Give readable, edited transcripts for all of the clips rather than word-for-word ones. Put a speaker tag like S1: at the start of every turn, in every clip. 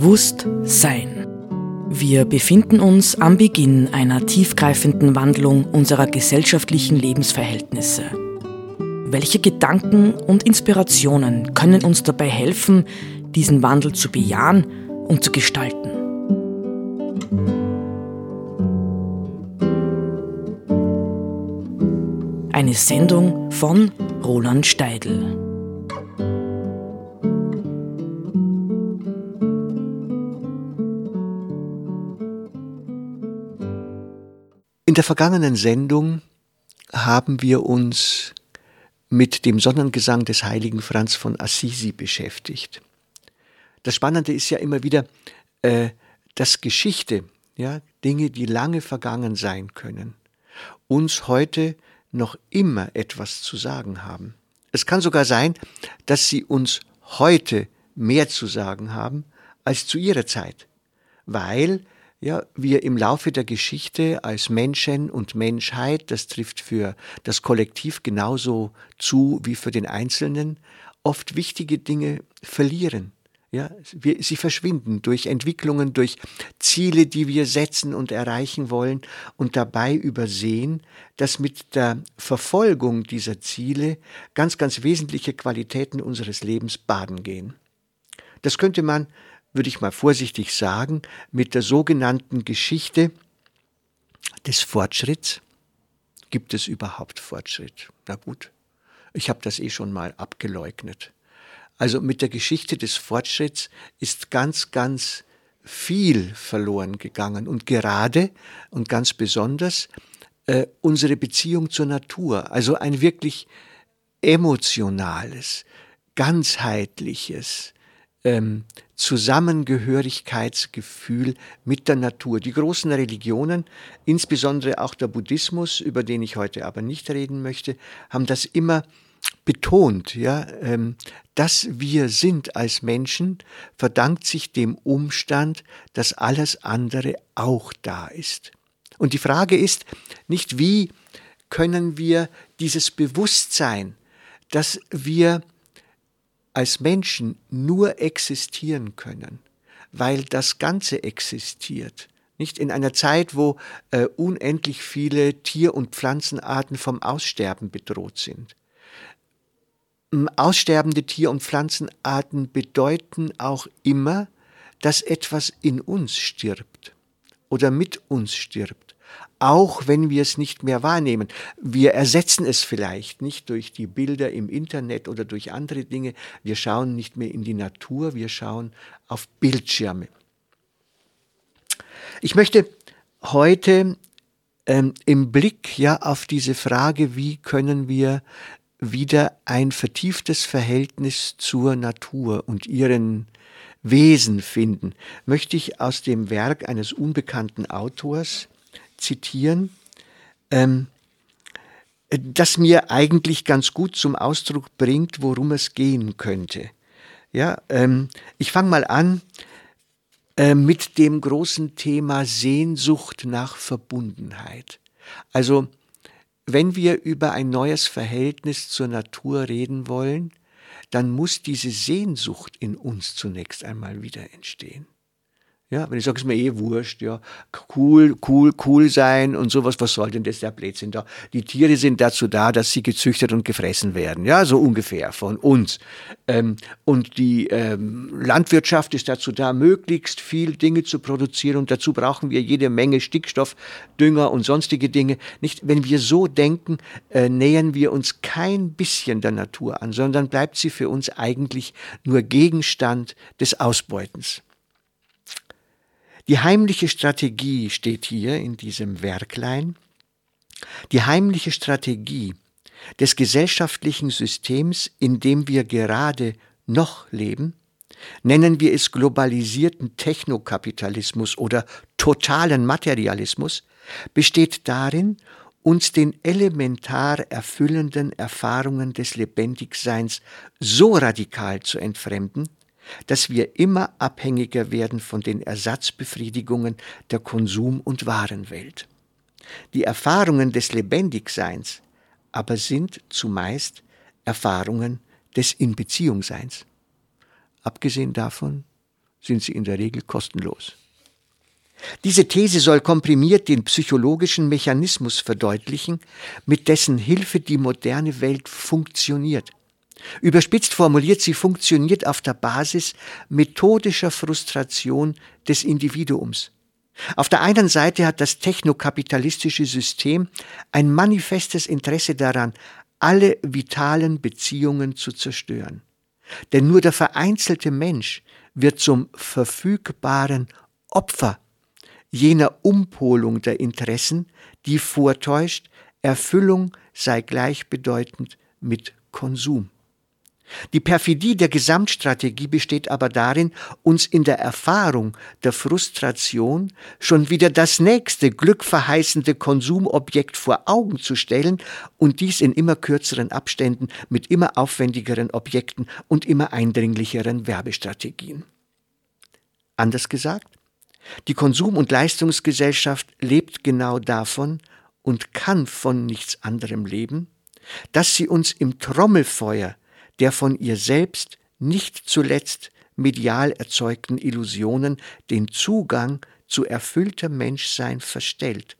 S1: Bewusstsein. Wir befinden uns am Beginn einer tiefgreifenden Wandlung unserer gesellschaftlichen Lebensverhältnisse. Welche Gedanken und Inspirationen können uns dabei helfen, diesen Wandel zu bejahen und zu gestalten? Eine Sendung von Roland Steidl.
S2: In der vergangenen Sendung haben wir uns mit dem Sonnengesang des heiligen Franz von Assisi beschäftigt. Das Spannende ist ja immer wieder, dass Geschichte, Dinge, die lange vergangen sein können, uns heute noch immer etwas zu sagen haben. Es kann sogar sein, dass sie uns heute mehr zu sagen haben als zu ihrer Zeit, weil wir im Laufe der Geschichte als Menschen und Menschheit, das trifft für das Kollektiv genauso zu wie für den Einzelnen, oft wichtige Dinge verlieren. Sie verschwinden durch Entwicklungen, durch Ziele, die wir setzen und erreichen wollen und dabei übersehen, dass mit der Verfolgung dieser Ziele ganz, ganz wesentliche Qualitäten unseres Lebens baden gehen. Das könnte man, würde ich mal vorsichtig sagen, mit der sogenannten Geschichte des Fortschritts. Gibt es überhaupt Fortschritt? Na gut, ich habe das schon mal abgeleugnet. Also mit der Geschichte des Fortschritts ist ganz, ganz viel verloren gegangen und gerade und ganz besonders unsere Beziehung zur Natur, also ein wirklich emotionales, ganzheitliches Zusammengehörigkeitsgefühl mit der Natur. Die großen Religionen, insbesondere auch der Buddhismus, über den ich heute aber nicht reden möchte, haben das immer betont, dass wir sind als Menschen, verdankt sich dem Umstand, dass alles andere auch da ist. Und die Frage ist nicht, wie können wir dieses Bewusstsein, dass wir als Menschen nur existieren können, weil das Ganze existiert. Nicht in einer Zeit, wo unendlich viele Tier- und Pflanzenarten vom Aussterben bedroht sind. Aussterbende Tier- und Pflanzenarten bedeuten auch immer, dass etwas in uns stirbt oder mit uns stirbt, auch wenn wir es nicht mehr wahrnehmen. Wir ersetzen es vielleicht nicht durch die Bilder im Internet oder durch andere Dinge. Wir schauen nicht mehr in die Natur, wir schauen auf Bildschirme. Ich möchte heute im Blick auf diese Frage, wie können wir wieder ein vertieftes Verhältnis zur Natur und ihren Wesen finden, möchte ich aus dem Werk eines unbekannten Autors zitieren, das mir eigentlich ganz gut zum Ausdruck bringt, worum es gehen könnte. Ich fange mal an mit dem großen Thema Sehnsucht nach Verbundenheit. Also wenn wir über ein neues Verhältnis zur Natur reden wollen, dann muss diese Sehnsucht in uns zunächst einmal wieder entstehen. Wenn ich sage, ist mir wurscht, cool sein und sowas, was soll denn das der Blödsinn da? Die Tiere sind dazu da, dass sie gezüchtet und gefressen werden, so ungefähr von uns. Und die Landwirtschaft ist dazu da, möglichst viel Dinge zu produzieren und dazu brauchen wir jede Menge Stickstoff, Dünger und sonstige Dinge. Nicht, wenn wir so denken, nähern wir uns kein bisschen der Natur an, sondern bleibt sie für uns eigentlich nur Gegenstand des Ausbeutens. Die heimliche Strategie steht hier in diesem Werklein. Die heimliche Strategie des gesellschaftlichen Systems, in dem wir gerade noch leben, nennen wir es globalisierten Technokapitalismus oder totalen Materialismus, besteht darin, uns den elementar erfüllenden Erfahrungen des Lebendigseins so radikal zu entfremden, dass wir immer abhängiger werden von den Ersatzbefriedigungen der Konsum- und Warenwelt. Die Erfahrungen des Lebendigseins aber sind zumeist Erfahrungen des Inbeziehungseins. Abgesehen davon sind sie in der Regel kostenlos. Diese These soll komprimiert den psychologischen Mechanismus verdeutlichen, mit dessen Hilfe die moderne Welt funktioniert. Überspitzt formuliert, sie funktioniert auf der Basis methodischer Frustration des Individuums. Auf der einen Seite hat das technokapitalistische System ein manifestes Interesse daran, alle vitalen Beziehungen zu zerstören. Denn nur der vereinzelte Mensch wird zum verfügbaren Opfer jener Umpolung der Interessen, die vortäuscht, Erfüllung sei gleichbedeutend mit Konsum. Die Perfidie der Gesamtstrategie besteht aber darin, uns in der Erfahrung der Frustration schon wieder das nächste glückverheißende Konsumobjekt vor Augen zu stellen und dies in immer kürzeren Abständen mit immer aufwendigeren Objekten und immer eindringlicheren Werbestrategien. Anders gesagt, die Konsum- und Leistungsgesellschaft lebt genau davon und kann von nichts anderem leben, dass sie uns im Trommelfeuer der von ihr selbst nicht zuletzt medial erzeugten Illusionen den Zugang zu erfülltem Menschsein verstellt.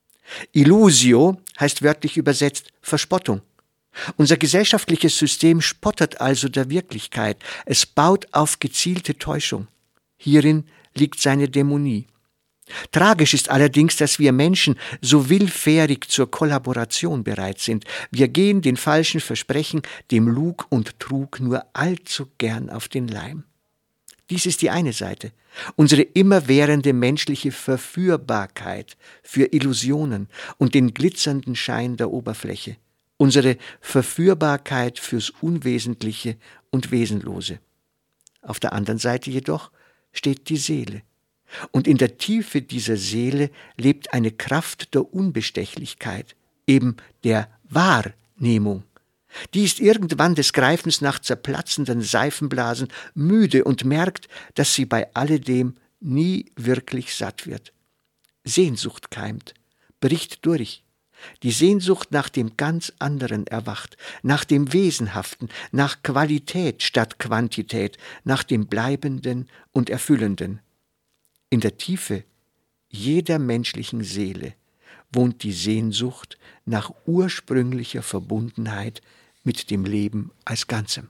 S2: Illusio heißt wörtlich übersetzt Verspottung. Unser gesellschaftliches System spottet also der Wirklichkeit. Es baut auf gezielte Täuschung. Hierin liegt seine Dämonie. Tragisch ist allerdings, dass wir Menschen so willfährig zur Kollaboration bereit sind. Wir gehen den falschen Versprechen, dem Lug und Trug nur allzu gern auf den Leim. Dies ist die eine Seite. Unsere immerwährende menschliche Verführbarkeit für Illusionen und den glitzernden Schein der Oberfläche. Unsere Verführbarkeit fürs Unwesentliche und Wesenlose. Auf der anderen Seite jedoch steht die Seele. Und in der Tiefe dieser Seele lebt eine Kraft der Unbestechlichkeit, eben der Wahrnehmung. Die ist irgendwann des Greifens nach zerplatzenden Seifenblasen müde und merkt, dass sie bei alledem nie wirklich satt wird. Sehnsucht keimt, bricht durch. Die Sehnsucht nach dem ganz anderen erwacht, nach dem Wesenhaften, nach Qualität statt Quantität, nach dem Bleibenden und Erfüllenden. In der Tiefe jeder menschlichen Seele wohnt die Sehnsucht nach ursprünglicher Verbundenheit mit dem Leben als Ganzem.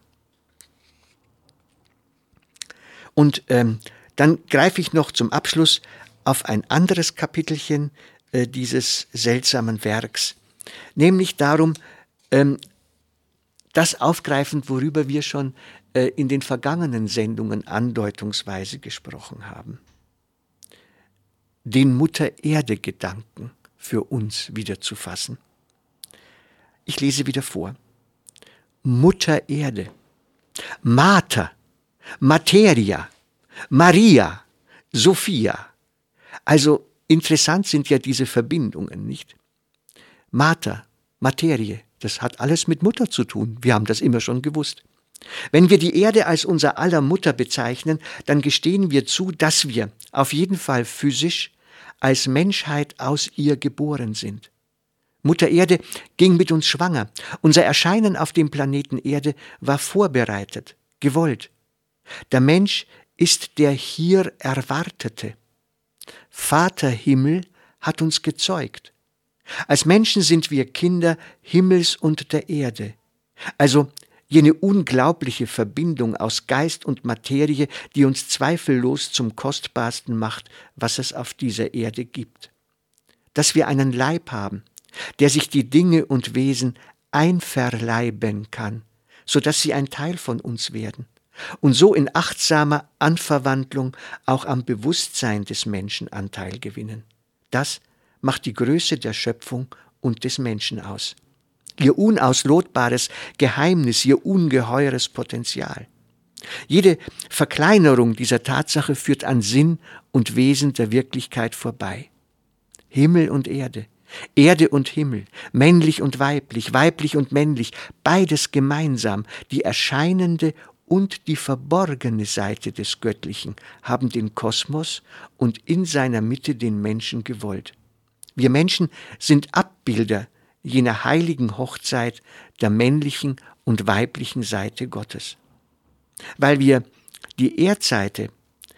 S2: Und dann greife ich noch zum Abschluss auf ein anderes Kapitelchen dieses seltsamen Werks, nämlich darum, das aufgreifend, worüber wir schon in den vergangenen Sendungen andeutungsweise gesprochen haben. Den Mutter-Erde-Gedanken für uns wieder zu fassen. Ich lese wieder vor. Mutter Erde, Mater, Materia, Maria, Sophia. Also interessant sind ja diese Verbindungen, nicht? Mater, Materie, das hat alles mit Mutter zu tun. Wir haben das immer schon gewusst. Wenn wir die Erde als unser aller Mutter bezeichnen, dann gestehen wir zu, dass wir auf jeden Fall physisch als Menschheit aus ihr geboren sind. Mutter Erde ging mit uns schwanger. Unser Erscheinen auf dem Planeten Erde war vorbereitet, gewollt. Der Mensch ist der hier Erwartete. Vater Himmel hat uns gezeugt. Als Menschen sind wir Kinder Himmels und der Erde. Also jene unglaubliche Verbindung aus Geist und Materie, die uns zweifellos zum Kostbarsten macht, was es auf dieser Erde gibt. Dass wir einen Leib haben, der sich die Dinge und Wesen einverleiben kann, sodass sie ein Teil von uns werden und so in achtsamer Anverwandlung auch am Bewusstsein des Menschen Anteil gewinnen. Das macht die Größe der Schöpfung und des Menschen aus. Ihr unauslotbares Geheimnis, ihr ungeheures Potenzial. Jede Verkleinerung dieser Tatsache führt an Sinn und Wesen der Wirklichkeit vorbei. Himmel und Erde, Erde und Himmel, männlich und weiblich, weiblich und männlich, beides gemeinsam, die erscheinende und die verborgene Seite des Göttlichen haben den Kosmos und in seiner Mitte den Menschen gewollt. Wir Menschen sind Abbilder jener heiligen Hochzeit der männlichen und weiblichen Seite Gottes. Weil wir die Erdseite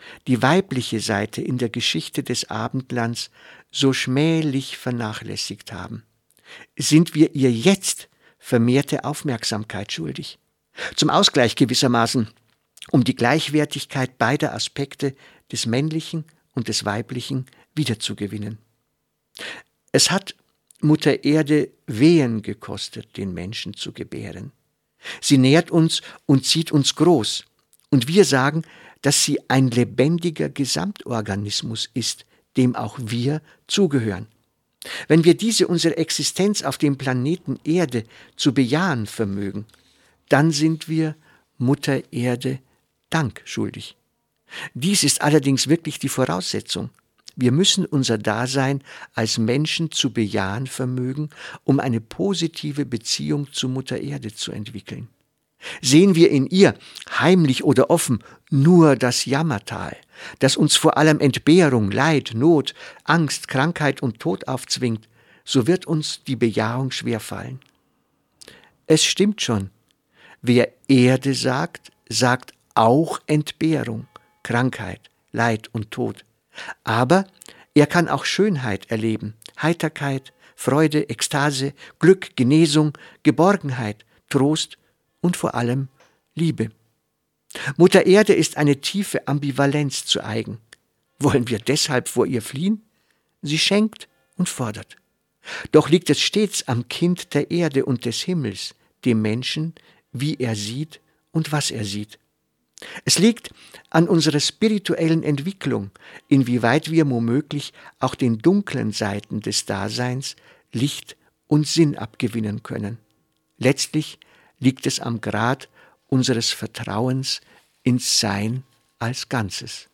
S2: die weibliche Seite in der Geschichte des Abendlands so schmählich vernachlässigt haben, sind wir ihr jetzt vermehrte Aufmerksamkeit schuldig. Zum Ausgleich gewissermaßen, um die Gleichwertigkeit beider Aspekte des Männlichen und des Weiblichen wiederzugewinnen. Es hat Mutter Erde Wehen gekostet, den Menschen zu gebären. Sie nährt uns und zieht uns groß. Und wir sagen, dass sie ein lebendiger Gesamtorganismus ist, dem auch wir zugehören. Wenn wir diese unsere Existenz auf dem Planeten Erde zu bejahen vermögen, dann sind wir Mutter Erde Dank schuldig. Dies ist allerdings wirklich die Voraussetzung. Wir müssen unser Dasein als Menschen zu bejahen vermögen, um eine positive Beziehung zu Mutter Erde zu entwickeln. Sehen wir in ihr, heimlich oder offen, nur das Jammertal, das uns vor allem Entbehrung, Leid, Not, Angst, Krankheit und Tod aufzwingt, so wird uns die Bejahung schwerfallen. Es stimmt schon, wer Erde sagt, sagt auch Entbehrung, Krankheit, Leid und Tod. Aber er kann auch Schönheit erleben, Heiterkeit, Freude, Ekstase, Glück, Genesung, Geborgenheit, Trost und vor allem Liebe. Mutter Erde ist eine tiefe Ambivalenz zu eigen. Wollen wir deshalb vor ihr fliehen? Sie schenkt und fordert. Doch liegt es stets am Kind der Erde und des Himmels, dem Menschen, wie er sieht und was er sieht. Es liegt an unserer spirituellen Entwicklung, inwieweit wir womöglich auch den dunklen Seiten des Daseins Licht und Sinn abgewinnen können. Letztlich liegt es am Grad unseres Vertrauens ins Sein als Ganzes.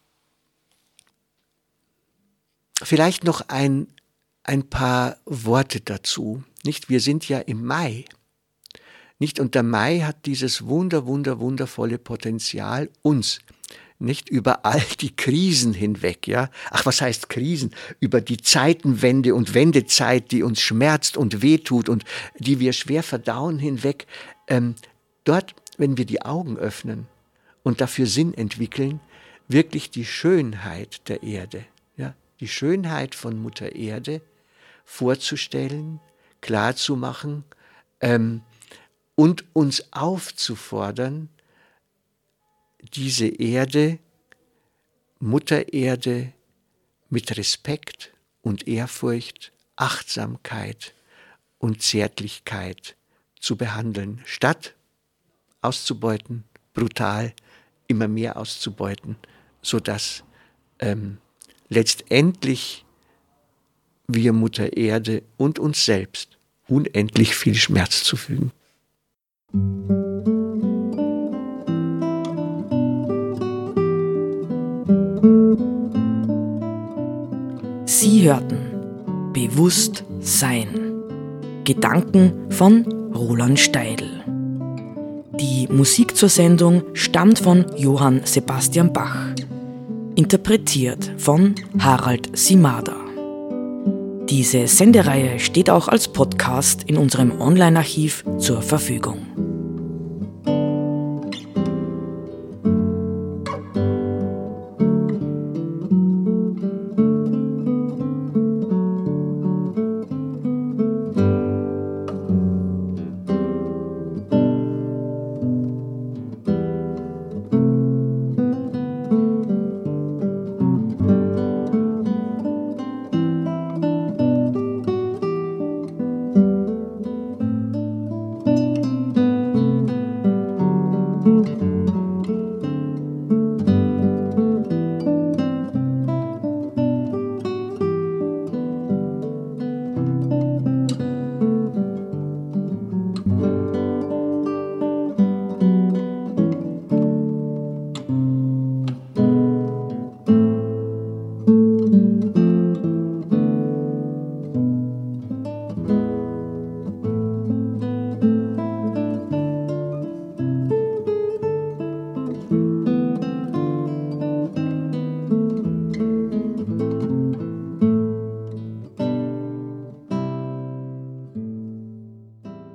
S2: Vielleicht noch ein paar Worte dazu. Nicht? Wir sind ja im Mai. Nicht? Und der Mai hat dieses wundervolle Potenzial, uns nicht über all die Krisen hinweg, ja. Ach, was heißt Krisen? Über die Zeitenwende und Wendezeit, die uns schmerzt und wehtut und die wir schwer verdauen hinweg. Dort, wenn wir die Augen öffnen und dafür Sinn entwickeln, wirklich die Schönheit der Erde, ja, die Schönheit von Mutter Erde vorzustellen, klarzumachen, und uns aufzufordern, diese Erde, Mutter Erde, mit Respekt und Ehrfurcht, Achtsamkeit und Zärtlichkeit zu behandeln, statt auszubeuten, brutal, immer mehr auszubeuten, sodass letztendlich wir Mutter Erde und uns selbst unendlich viel Schmerz zufügen.
S1: Sie hörten Bewusst Sein. Gedanken von Roland Steidl. Die Musik zur Sendung stammt von Johann Sebastian Bach. Interpretiert von Harald Simada. Diese Sendereihe steht auch als Podcast in unserem Online-Archiv zur Verfügung.